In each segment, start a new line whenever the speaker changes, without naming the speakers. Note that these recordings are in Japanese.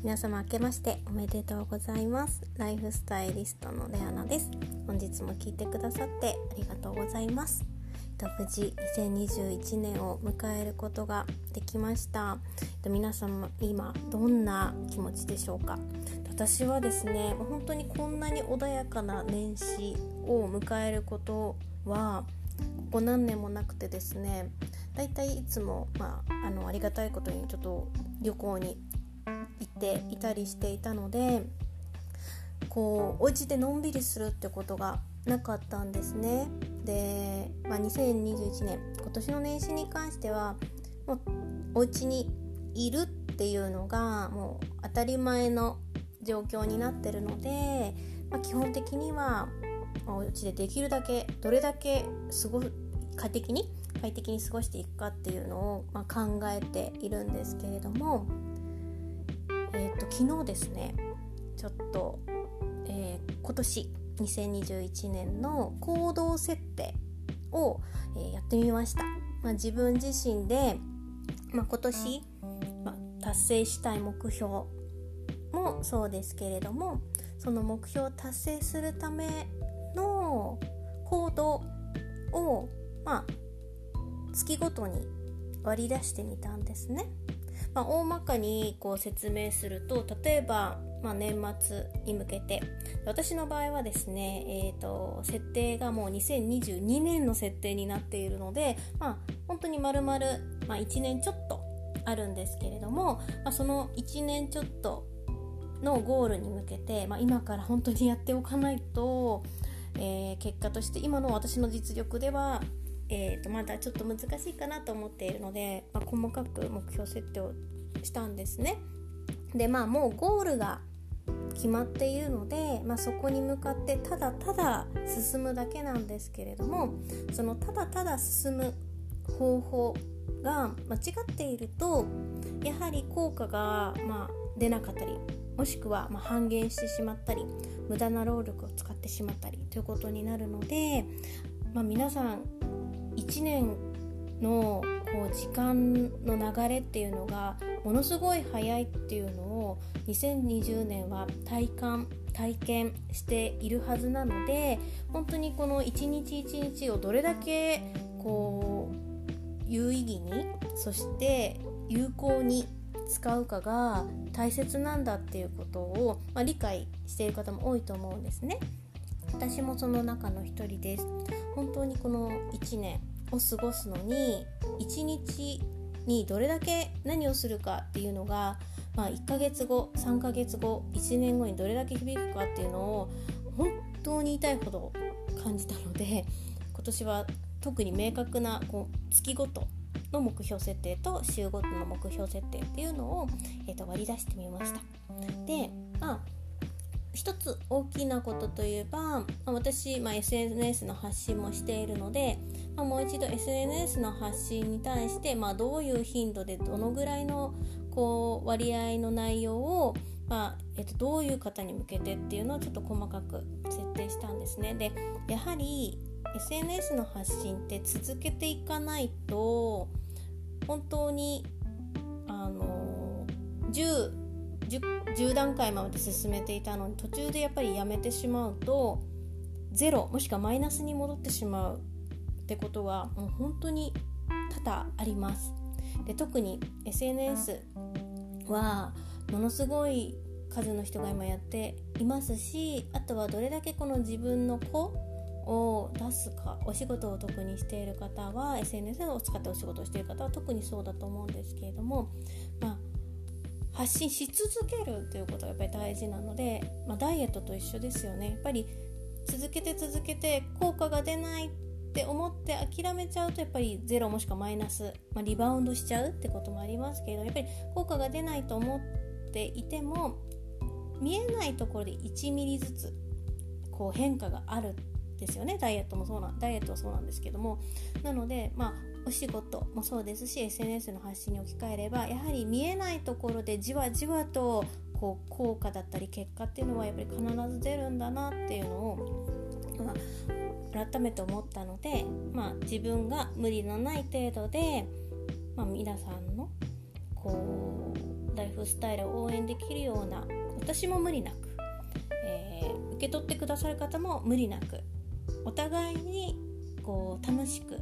皆様明けましておめでとうございます。ライフスタイリストのレアナです。本日も聞いてくださってありがとうございます。無事2021年を迎えることができました。皆様今どんな気持ちでしょうか。私はですね、本当にこんなに穏やかな年始を迎えることはここ何年もなくてですね、だいたいいつも、ありがたいことにちょっと旅行に行っていたりしていたので、お家でのんびりするってことがなかったんですね。で、2021年今年の年始に関してはもうお家にいるっていうのがもう当たり前の状況になってるので、基本的にはお家でできるだけどれだけ快適に過ごしていくかっていうのを考えているんですけれども、昨日ですねちょっと、今年2021年の行動設定を、やってみました。自分自身で、今年、達成したい目標もそうですけれども、その目標を達成するための行動を、月ごとに割り出してみたんですね。大まかに説明すると、例えば、年末に向けて私の場合はですね、設定がもう2022年の設定になっているので、本当に丸々、1年ちょっとあるんですけれども、その1年ちょっとのゴールに向けて、今から本当にやっておかないと、結果として今の私の実力ではまだちょっと難しいかなと思っているので、細かく目標設定をしたんですね。で、もうゴールが決まっているので、そこに向かってただただ進むだけなんですけれども、そのただただ進む方法が間違っていると、やはり効果が出なかったり、もしくは半減してしまったり、無駄な労力を使ってしまったりということになるので、皆さん1年の時間の流れっていうのがものすごい早いっていうのを2020年は体験しているはずなので、本当にこの一日一日をどれだけ有意義に、そして有効に使うかが大切なんだっていうことを、理解している方も多いと思うんですね。私もその中の一人です。本当にこの1年を過ごすのに、1日にどれだけ何をするかっていうのが、1ヶ月後、3ヶ月後、1年後にどれだけ響くかっていうのを本当に痛いほど感じたので、今年は特に明確な月ごとの目標設定と週ごとの目標設定っていうのを、割り出してみました。で、一つ大きなことといえば、私、SNS の発信もしているので、もう一度 SNS の発信に対して、どういう頻度でどのぐらいの割合の内容を、どういう方に向けてっていうのをちょっと細かく設定したんですね。で、やはり SNS の発信って続けていかないと、本当に10段階まで進めていたのに、途中でやっぱりやめてしまうとゼロもしくはマイナスに戻ってしまうってことはもう本当に多々あります。で、特に SNS はものすごい数の人が今やっていますし、あとはどれだけこの自分の子を出すか、お仕事を特にしている方は SNS を使ってお仕事をしている方は特にそうだと思うんですけれども、発信し続けるということがやっぱり大事なので、ダイエットと一緒ですよね。やっぱり続けて効果が出ないって思って諦めちゃうと、やっぱりゼロもしくはマイナス、リバウンドしちゃうってこともありますけれど、やっぱり効果が出ないと思っていても、見えないところで1ミリずつ変化があるんですよね。ダイエットはそうなんですけども、なのでお仕事もそうですし、 SNS の発信に置き換えれば、やはり見えないところでじわじわと効果だったり結果っていうのはやっぱり必ず出るんだなっていうのを、改めて思ったので、自分が無理のない程度で、皆さんのライフスタイルを応援できるような、私も無理なく、受け取ってくださる方も無理なく、お互いに楽しく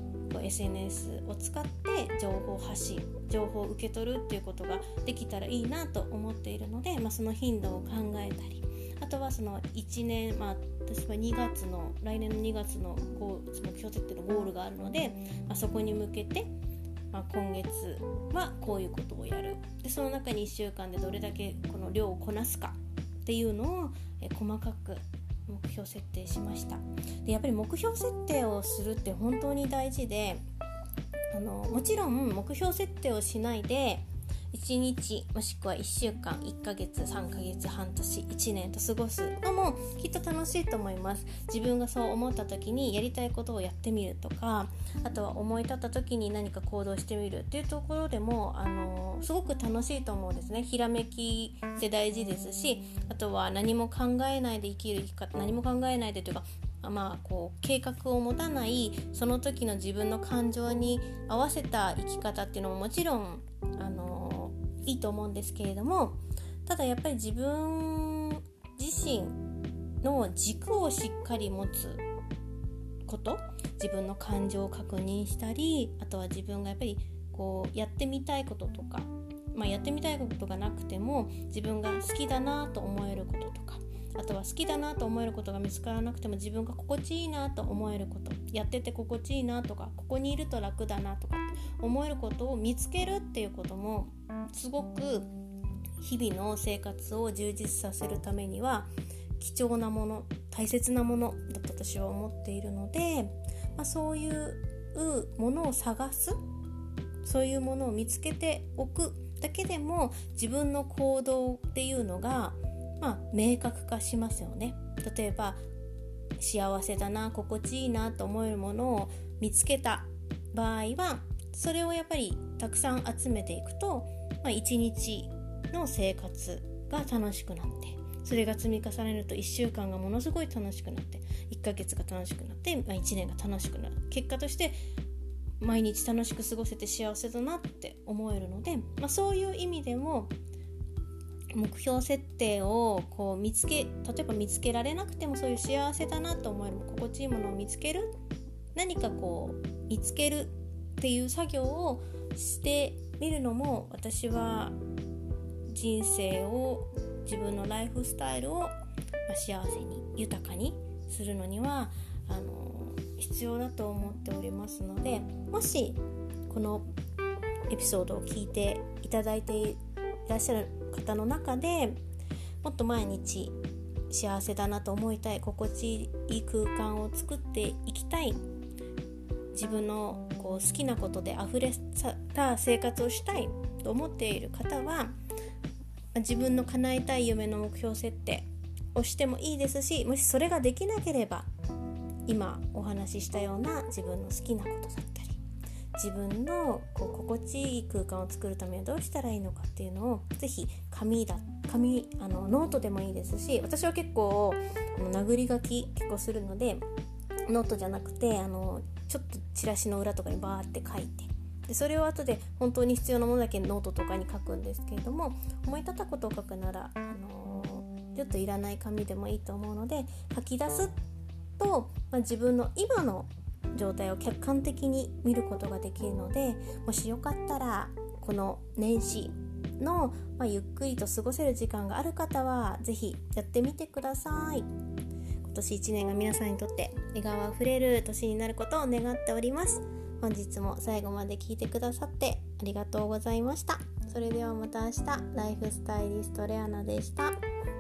SNS を使って情報発信、情報を受け取るっていうことができたらいいなと思っているので、その頻度を考えたり、あとはその1年、私は来年の2月の目標設定のゴールがあるので、そこに向けて、今月はこういうことをやる。でその中に1週間でどれだけこの量をこなすかっていうのを細かく目標設定しました。でやっぱり目標設定をするって本当に大事で、もちろん目標設定をしないで1日もしくは1週間、1ヶ月、3ヶ月、半年、1年と過ごすのもきっと楽しいと思います。自分がそう思った時にやりたいことをやってみるとか、あとは思い立った時に何か行動してみるっていうところでもすごく楽しいと思うんですね。ひらめきって大事ですし、あとは何も考えないで生きる生き方、何も考えないでというか計画を持たないその時の自分の感情に合わせた生き方っていうのももちろんいいと思うんですけれども、ただやっぱり自分自身の軸をしっかり持つこと、自分の感情を確認したり、あとは自分がやっぱりやってみたいこととか、やってみたいことがなくても自分が好きだなと思えることとか、あとは好きだなと思えることが見つからなくても自分が心地いいなと思えること、やってて心地いいなとか、ここにいると楽だなとか思えることを見つけるっていうこともすごく日々の生活を充実させるためには貴重なもの、大切なものだと私は思っているので、そういうものを探す、そういうものを見つけておくだけでも自分の行動っていうのが明確化しますよね。例えば幸せだな、心地いいなと思えるものを見つけた場合は、それをやっぱりたくさん集めていくと、一日の生活が楽しくなって、それが積み重ねると1週間がものすごい楽しくなって、1ヶ月が楽しくなって、1年が楽しくなる。結果として毎日楽しく過ごせて幸せだなって思えるので、そういう意味でも目標設定を例えば見つけられなくても、そういう幸せだなと思える心地いいものを見つける、何か見つけるっていう作業をしてみるのも、私は人生を、自分のライフスタイルを幸せに豊かにするのには必要だと思っておりますので、もしこのエピソードを聞いていただいていらっしゃる方の中で、もっと毎日幸せだなと思いたい、心地いい空間を作っていきたい、自分の好きなことで溢れた生活をしたいと思っている方は、自分の叶えたい夢の目標設定をしてもいいですし、もしそれができなければ今お話ししたような自分の好きなことだったり、自分の心地いい空間を作るためにはどうしたらいいのかっていうのをぜひノートでもいいですし、私は結構殴り書き結構するので、ノートじゃなくてちょっとチラシの裏とかにバーって書いて、でそれを後で本当に必要なものだけノートとかに書くんですけれども、思い立ったことを書くならちょっといらない紙でもいいと思うので、書き出すと、自分の今の状態を客観的に見ることができるので、もしよかったらこの年始の、ゆっくりと過ごせる時間がある方はぜひやってみてください。今年1年が皆さんにとって笑顔あふれる年になることを願っております。本日も最後まで聞いてくださってありがとうございました。それではまた明日。ライフスタイリストレアナでした。